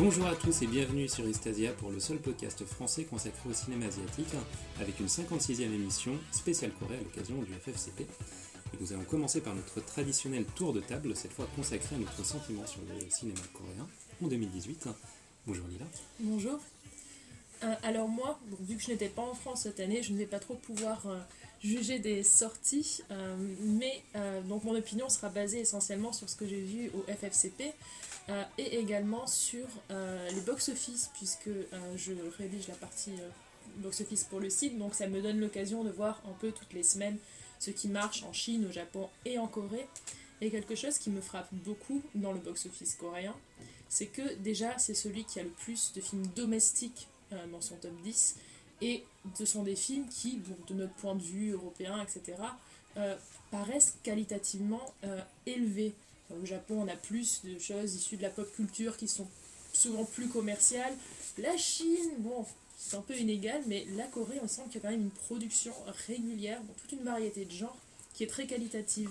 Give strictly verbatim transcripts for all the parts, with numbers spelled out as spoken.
Bonjour à tous et bienvenue sur Estasia pour le seul podcast français consacré au cinéma asiatique, avec une cinquante-sixième émission spéciale Corée à l'occasion du F F C P. Et nous allons commencer par notre traditionnel tour de table, cette fois consacré à notre sentiment sur le cinéma coréen en deux mille dix-huit. Bonjour Lila. Bonjour. Euh, alors moi, bon, vu que je n'étais pas en France cette année, je ne vais pas trop pouvoir euh, juger des sorties, euh, mais euh, donc mon opinion sera basée essentiellement sur ce que j'ai vu au F F C P euh, et également sur euh, les box-office, puisque euh, je rédige la partie euh, box-office pour le site, donc ça me donne l'occasion de voir un peu toutes les semaines ce qui marche en Chine, au Japon et en Corée. Et quelque chose qui me frappe beaucoup dans le box-office coréen, c'est que déjà c'est celui qui a le plus de films domestiques euh, dans son top dix, et ce sont des films qui, bon, de notre point de vue européen, et cetera, euh, paraissent qualitativement euh, élevés. Au Japon, on a plus de choses issues de la pop culture qui sont souvent plus commerciales. La Chine, bon, c'est un peu inégal, mais la Corée, on sent qu'il y a quand même une production régulière dans toute une variété de genres qui est très qualitative.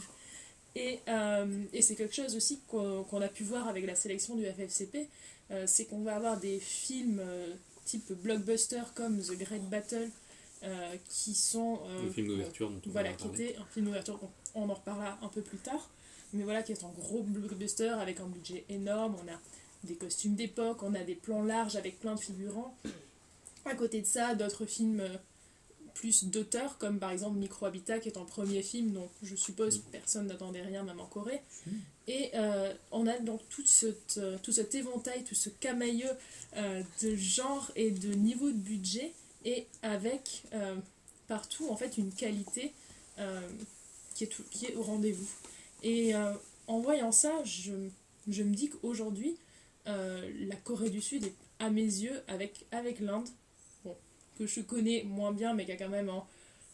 Et, euh, et c'est quelque chose aussi qu'on, qu'on a pu voir avec la sélection du F F C P, euh, c'est qu'on va avoir des films euh, type blockbuster comme The Great Battle, euh, qui sont... Euh, le film d'ouverture dont on voilà, va qui parler. était un film d'ouverture, on, on en reparlera un peu plus tard, mais voilà, qui est un gros blockbuster avec un budget énorme, on a des costumes d'époque, on a des plans larges avec plein de figurants. À côté de ça, d'autres films... Euh, plus d'auteurs, comme par exemple Micro Habitat, qui est un premier film dont je suppose personne n'attendait rien, même en Corée. Et euh, on a donc tout, cette, euh, tout cet éventail, tout ce camailleux euh, de genre et de niveau de budget, et avec euh, partout en fait une qualité euh, qui, est tout, qui est au rendez-vous. Et euh, en voyant ça, je, je me dis qu'aujourd'hui, euh, la Corée du Sud est, à mes yeux, avec, avec l'Inde, que je connais moins bien, mais qui a quand même un,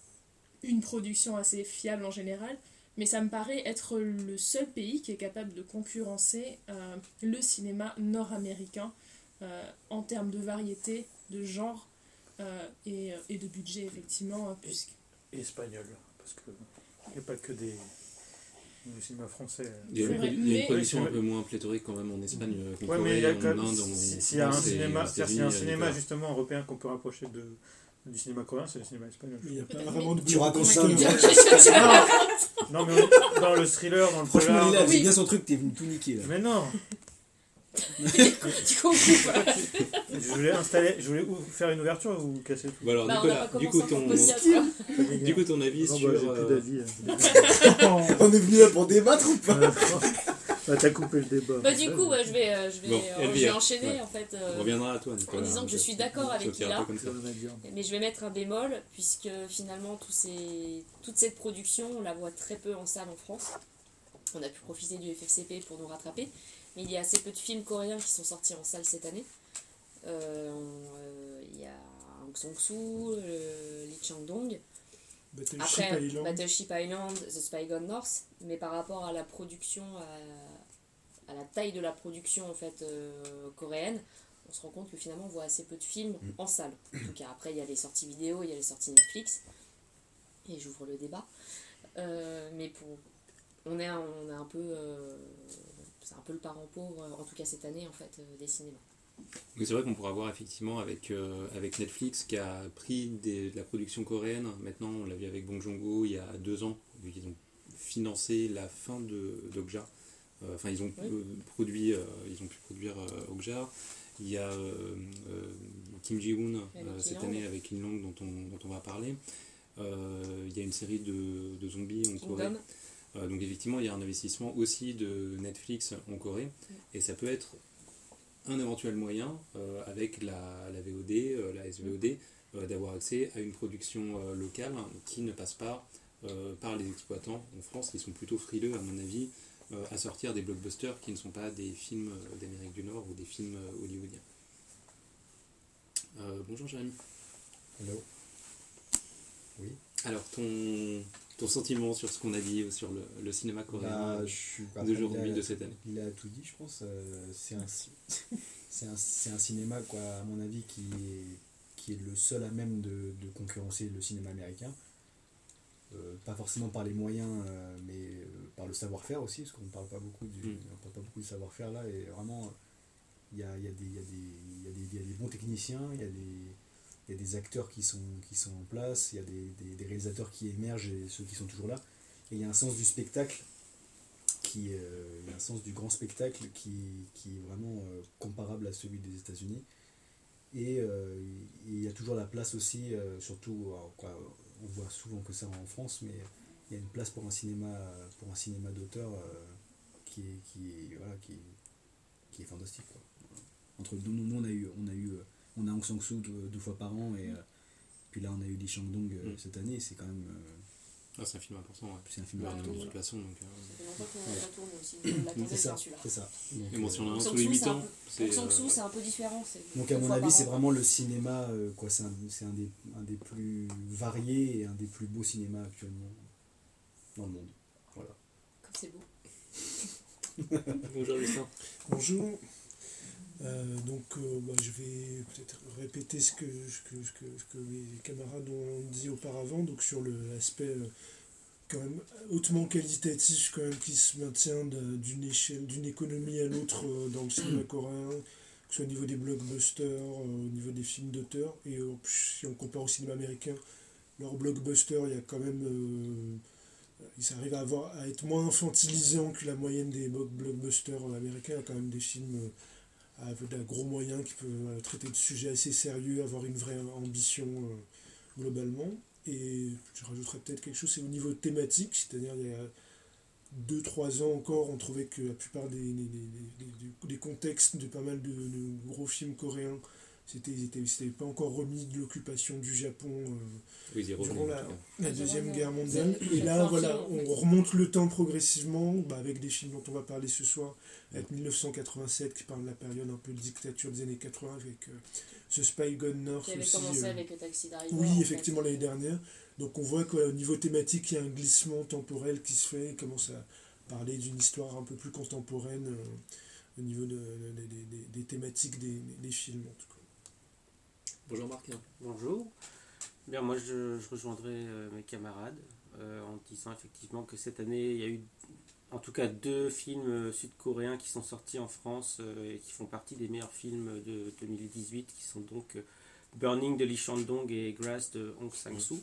une production assez fiable en général. Mais ça me paraît être le seul pays qui est capable de concurrencer euh, le cinéma nord-américain euh, en termes de variété, de genre euh, et, et de budget, effectivement. Hein, puisque... Et espagnol, parce qu'il n'y a pas que des... le cinéma français. Il y a, vrai, une, il y a une mais... production un peu moins pléthorique quand même en Espagne qu'en ouais, Corée, mais il y a en quand... Inde, en si, s'il y a un cinéma, c'est s'il y a un cinéma justement européen qu'on peut rapprocher de, du cinéma coréen, c'est le cinéma espagnol. Mais il n'y a pas vraiment de tu racontes ça. Non, mais on, dans le thriller, dans le franchement, polar... Lila, dans... c'est bien son truc, t'es venu tout niquer là. Mais non. Tu comprends pas. Je voulais installer, je voulais faire une ouverture ou vous casser tout. Bon alors, bah, Nicolas, du coup, ton, du coup, ton avis non, sur... bah, j'ai euh... plus d'avis. Hein. On est venu là pour débattre ou pas? Bah, t'as coupé le débat. Bah du coup, ouais, je vais, euh, je vais, Bon, euh, je vais enchaîner ouais. en fait. Euh, On reviendra à toi, Nicolas. en disant que je suis d'accord avec Lila, Ouais. mais je vais mettre un bémol puisque finalement tous ces, toute cette production, on la voit très peu en salle en France. On a pu profiter du F F C P pour nous rattraper, mais il y a assez peu de films coréens qui sont sortis en salle cette année. Euh, on, euh, il y a Aung Sang-soo, euh, Lee Chang-dong. Battleship Après, Island. Battleship Island, The Spy Gone North, mais par rapport à la production, à, à la taille de la production en fait euh, coréenne, on se rend compte que finalement on voit assez peu de films Mm. en salle. En tout cas, après il y a les sorties vidéo, il y a les sorties Netflix, et j'ouvre le débat. Euh, mais pour, on est, un, on est un peu, euh, c'est un peu le parent pauvre, en tout cas cette année en fait, euh, des cinémas. Oui, c'est vrai qu'on pourra voir effectivement avec, euh, avec Netflix qui a pris des, de la production coréenne. Maintenant, on l'a vu avec Bong Joon-ho il y a deux ans, vu qu'ils ont financé la fin de d'Okja. Euh, enfin, ils ont Oui. euh, produit, euh, ils ont pu produire euh, Okja. Il y a euh, euh, Kim Ji-woon euh, cette Ki-Lang. année avec Ki-Lang dont on, dont on va parler. Euh, il y a une série de, de zombies en Corée. Kingdom. Euh, donc effectivement, il y a un investissement aussi de Netflix en Corée. Et ça peut être un éventuel moyen, euh, avec la, la V O D, euh, la S V O D, euh, d'avoir accès à une production euh, locale qui ne passe pas euh, par les exploitants en France, qui sont plutôt frileux, à mon avis, euh, à sortir des blockbusters qui ne sont pas des films euh, d'Amérique du Nord ou des films euh, hollywoodiens. Euh, bonjour Jérémy. Hello. Oui. Alors, ton, ton sentiment sur ce qu'on a dit sur le, le cinéma coréen Bah, je suis d'aujourd'hui, de cette année. Il a tout dit, je pense. Euh, c'est un, c'est un, c'est un cinéma, quoi, à mon avis, qui est, qui est le seul à même de, de concurrencer le cinéma américain. Euh, pas forcément par les moyens, euh, mais euh, par le savoir-faire aussi, parce qu'on ne parle pas beaucoup du, Mm. on parle pas beaucoup du savoir-faire là, et vraiment, il y a, il y a des, il y a des, il y a des, il y a des bons techniciens, il y a des, il y a des acteurs qui sont, qui sont en place, il y a des, des, des réalisateurs qui émergent et ceux qui sont toujours là. Et il y a un sens du spectacle, qui, euh, il y a un sens du grand spectacle qui, qui est vraiment euh, comparable à celui des États-Unis. Et euh, il y a toujours la place aussi, euh, surtout, alors, quoi, on voit souvent que ça en France, mais il y a une place pour un cinéma, pour un cinéma d'auteur euh, qui, est, qui, est, voilà, qui, qui est fantastique, quoi. Entre nous, nous on a eu, on a eu, on a Aung San Suu deux, deux fois par an, et euh, puis là on a eu Lee Chang-dong euh, mm. cette année. C'est quand même. Euh, ah, c'est un film important. Ouais. C'est un film important. De toute façon, donc. Euh... Ça fait longtemps qu'on l'a tourné aussi. On l'attendait c'est ça. Bien, celui-là. C'est ça. Donc, et bon, si on a un tous les huit ans, Aung San Suu, c'est un peu différent. C'est donc à mon avis, c'est vraiment le cinéma, euh, quoi. C'est un, c'est un des, un des plus variés et un des plus beaux cinémas actuellement dans le monde. Voilà. Comme c'est beau. Bonjour Lucien. Bonjour. Euh, donc euh, bah, je vais peut-être répéter ce que, ce, que, ce, que, ce que mes camarades ont dit auparavant, donc sur l'aspect euh, quand même hautement qualitatif quand même qui se maintient de, d'une échelle, d'une économie à l'autre euh, dans le cinéma coréen, que ce soit au niveau des blockbusters, euh, au niveau des films d'auteur, et euh, si on compare au cinéma américain, leurs blockbusters, il y a quand même euh, ils arrivent à, avoir, à être moins infantilisants que la moyenne des blockbusters américains. Il y a quand même des films euh, avec de gros moyens qui peuvent euh, traiter de sujets assez sérieux, avoir une vraie ambition euh, globalement. Et je rajouterais peut-être quelque chose, c'est au niveau thématique, c'est-à-dire il y a deux trois ans encore, on trouvait que la plupart des, des, des, des, des contextes de pas mal de, de gros films coréens, c'était, ils étaient, ils s'étaient pas encore remis de l'occupation du Japon euh, oui, durant revenu, la, la Ils Deuxième reviennent, Guerre euh, mondiale. c'est- Et là, c'est voilà, parti, en on fait. remonte le temps progressivement, bah, avec des films dont on va parler ce soir, avec mille neuf cent quatre-vingt-sept qui parle de la période un peu de dictature des années quatre-vingts, avec euh, ce Spy Gun North Qui avait aussi. commencé euh, avec le Taxi Driver. oui, en effectivement, fait. l'année dernière. Donc on voit qu'au niveau thématique, il y a un glissement temporel qui se fait, il commence à parler d'une histoire un peu plus contemporaine euh, au niveau de, de- de- de- des thématiques des, des films, en tout cas. Bonjour Marc. Bonjour. Bien, moi je, je rejoindrai euh, mes camarades euh, en disant effectivement que cette année il y a eu en tout cas deux films euh, sud-coréens qui sont sortis en France euh, et qui font partie des meilleurs films de deux mille dix-huit, qui sont donc euh, Burning de Lee Chang-dong et Grass de Aung San Suu.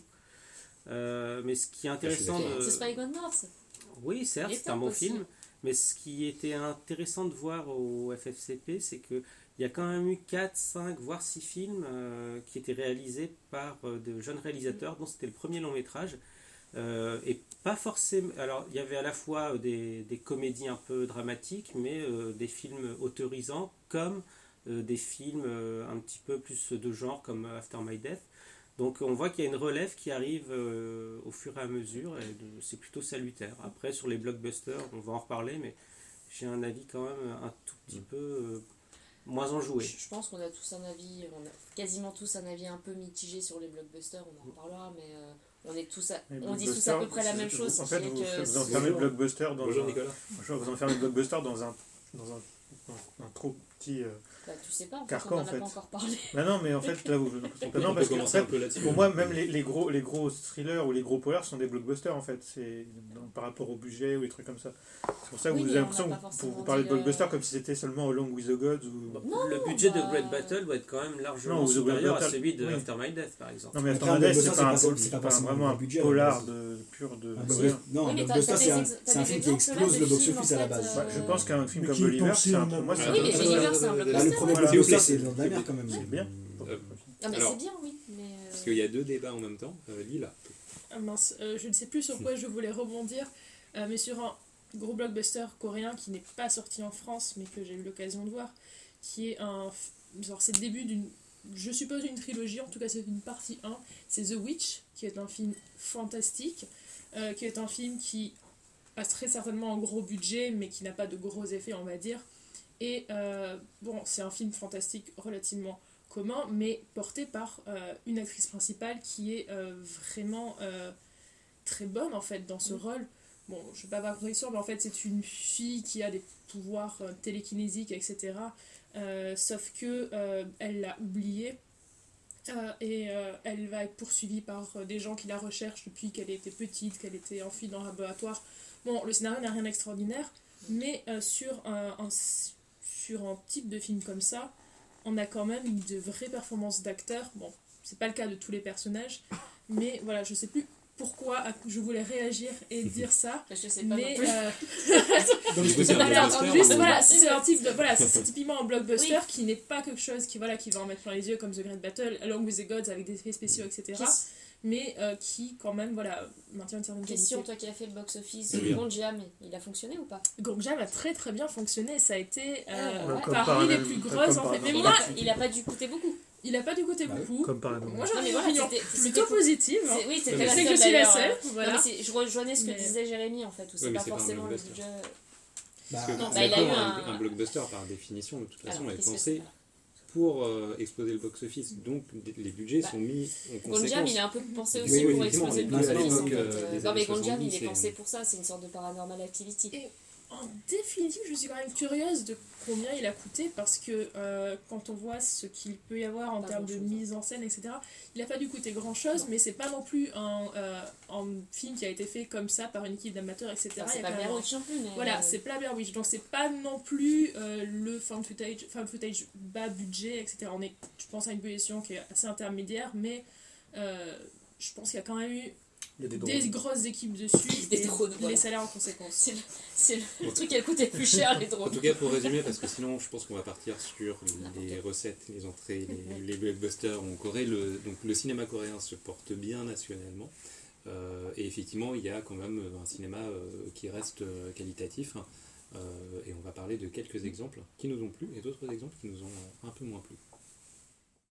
Euh, mais ce qui est intéressant d'accord. de... C'est Spy Gun North. Oui, certes, Il est c'est un top bon aussi. film, mais ce qui était intéressant de voir au F F C P, c'est que il y a quand même eu quatre, cinq, voire six films euh, qui étaient réalisés par euh, de jeunes réalisateurs, dont c'était le premier long métrage. Euh, et pas forcément. Alors, il y avait à la fois des, des comédies un peu dramatiques, mais euh, des films autorisants, comme euh, des films euh, un petit peu plus de genre, comme After My Death. Donc, on voit qu'il y a une relève qui arrive euh, au fur et à mesure, et de- c'est plutôt salutaire. Après, sur les blockbusters, on va en reparler, mais j'ai un avis quand même un tout petit peu euh, moins enjoué. Je je pense qu'on a tous un avis, on a quasiment tous un avis un peu mitigé sur les blockbusters, on en reparlera, mais euh, on est tous, à- Les on dit tous blockbusters, à peu près la même c'est- chose. En qui fait, est vous, que vous c'est- enfermez le blockbuster dans Bonjour un, Nicolas. Bonjour, vous enfermez le blockbuster dans un, dans un, dans un trop petit. euh, Bah, tu sais pas, en fait, Carcan, on en en a fait. pas encore parlé. Bah non, mais en fait, là, vous. Non, On parce peut que, en commencer un fait, peu là-dessus. pour moi, même les, les gros, les gros thrillers ou les gros polars sont des blockbusters en fait. C'est dans- par rapport au budget ou des trucs comme ça. C'est pour ça que Oui, vous mais avez on l'impression n'a que pas vous, forcément vous parlez de dit, blockbuster euh, comme si c'était seulement Along with the Gods ou. Non, le budget bah, de Great Battle doit être quand même largement Non, ou The Great supérieur à Battle, celui de oui. After My Death, par exemple. Non, mais Après, After un My Death, blockbuster, c'est c'est pas, pas un forcément- pol- c'est pas c'est pas forcément vraiment un un budget, à la polar base. de pur de. Un de- blockbuster- non, Oui, un mais t'as- blockbuster, t'as c'est des un, ex- t'as c'est un des film qui exemples, là, explose de le films, box-office en à la fait, base. Bah, je pense qu'un film Mais comme qui est Oliver, pensé c'est un- en pour moi, c'est amont. un Oui, mais blockbuster. Oliver, c'est un Bah, le blockbuster. premier Voilà. blockbuster, S'il vous c'est plaît. dans la mer quand même. C'est bien. Euh, Non, mais Alors, c'est bien, oui. Mais, euh, Parce qu'il y a deux débats en même temps. Euh, Lila. Ah mince, euh, je ne sais plus sur quoi je voulais rebondir, euh, mais sur un gros blockbuster coréen qui n'est pas sorti en France, mais que j'ai eu l'occasion de voir, qui est un... f- genre c'est le début d'une... Je suppose une trilogie, en tout cas c'est une partie un, c'est The Witch, qui est un film fantastique, euh, qui est un film qui a très certainement un gros budget, mais qui n'a pas de gros effets, on va dire. Et euh, bon, c'est un film fantastique relativement commun, mais porté par euh, une actrice principale qui est euh, vraiment euh, très bonne en fait dans ce rôle. Bon, je ne vais pas avoir l'histoire, mais en fait c'est une fille qui a des pouvoirs euh, télékinésiques, et cetera. Euh, sauf que euh, elle l'a oublié. Euh, et euh, elle va être poursuivie par euh, des gens qui la recherchent depuis qu'elle était petite, qu'elle était enfuie dans un laboratoire. Bon, le scénario n'a rien d'extraordinaire, mais euh, sur, un, un- sur un type de film comme ça, on a quand même de vraies performances d'acteurs. Bon, c'est pas le cas de tous les personnages, mais voilà, je sais plus pourquoi je voulais réagir et dire ça. Je sais pas Mais non plus. euh, Du coup, c'est un voilà, blockbuster, en plus, hein. voilà, c'est un type de voilà, c'est c'est typiquement un blockbuster Oui. qui n'est pas quelque chose qui voilà qui va en mettre plein les yeux comme The Great Battle, Along with the Gods avec des effets spéciaux, et cetera. Qu'est-ce- Mais euh, qui quand même voilà maintient une certaine Question, qualité. toi qui as fait le box-office, Oui. Gonjiam, il a fonctionné ou pas? Gonjiam a très très bien fonctionné, ça a été euh, Ouais, comme parmi par les un- plus comme grosses par en fait. un- Mais il, moi, a, il a pas dû coûter beaucoup. il a pas dû coûter Bah oui. beaucoup. Comme par exemple. Moi j'en Non, ai mais une voilà, opinion c'était- plutôt c'était- positive. hein. C'est- Oui, c'était mais la Je sais que seule je suis la d'ailleurs, seule. euh, non, Voilà. mais c'est- je rejoignais ce que Mais- disait Jérémy en fait, où c'est Ouais, mais pas c'est pas un forcément le blockbuster. budget. Bah, Parce que Non, c'est bah, il a eu un, un- un blockbuster par définition, de toute façon, Alors, est qu'est-ce que pensé c'est? pour euh, exploser le box-office. Donc les budgets Bah, sont mis en Gonjiam, conséquence. il est un peu pensé Oui, aussi oui, pour effectivement, exploser le mais à box-office. l'époque, en fait. euh, des Non, mais années Gonjiam, il soixante-dix, est c'est- pensé pour ça, c'est une sorte de paranormal activity. Et en définitive, je suis quand même curieuse de combien il a coûté parce que euh, quand on voit ce qu'il peut y avoir en Pas termes de grand-chose, hein. mise en scène, et cetera, il n'a pas dû coûter grand chose, Non. mais c'est pas non plus un, euh, un film qui a été fait comme ça par une équipe d'amateurs, et cetera. Enfin, Il y c'est a pas quand même Blair un- Witch non plus, mais. Voilà, euh, c'est pas Blair Witch, donc c'est pas non plus euh, le fan footage, fan footage bas budget, et cetera. On est, je pense, à une position qui est assez intermédiaire, mais euh, je pense qu'il y a quand même eu Il y a des des drones. grosses équipes dessus Des et drones, les voilà. salaires en conséquence. C'est le, c'est le truc qui a coûté le plus cher, les En drones. tout cas, pour résumer, parce que sinon, je pense qu'on va partir sur les recettes, les entrées, les, les blockbusters en Corée. Le, donc, le cinéma coréen se porte bien nationalement. Euh, et effectivement, il y a quand même un cinéma euh, qui reste euh, qualitatif. Euh, et on va parler de quelques exemples qui nous ont plu et d'autres exemples qui nous ont un peu moins plu.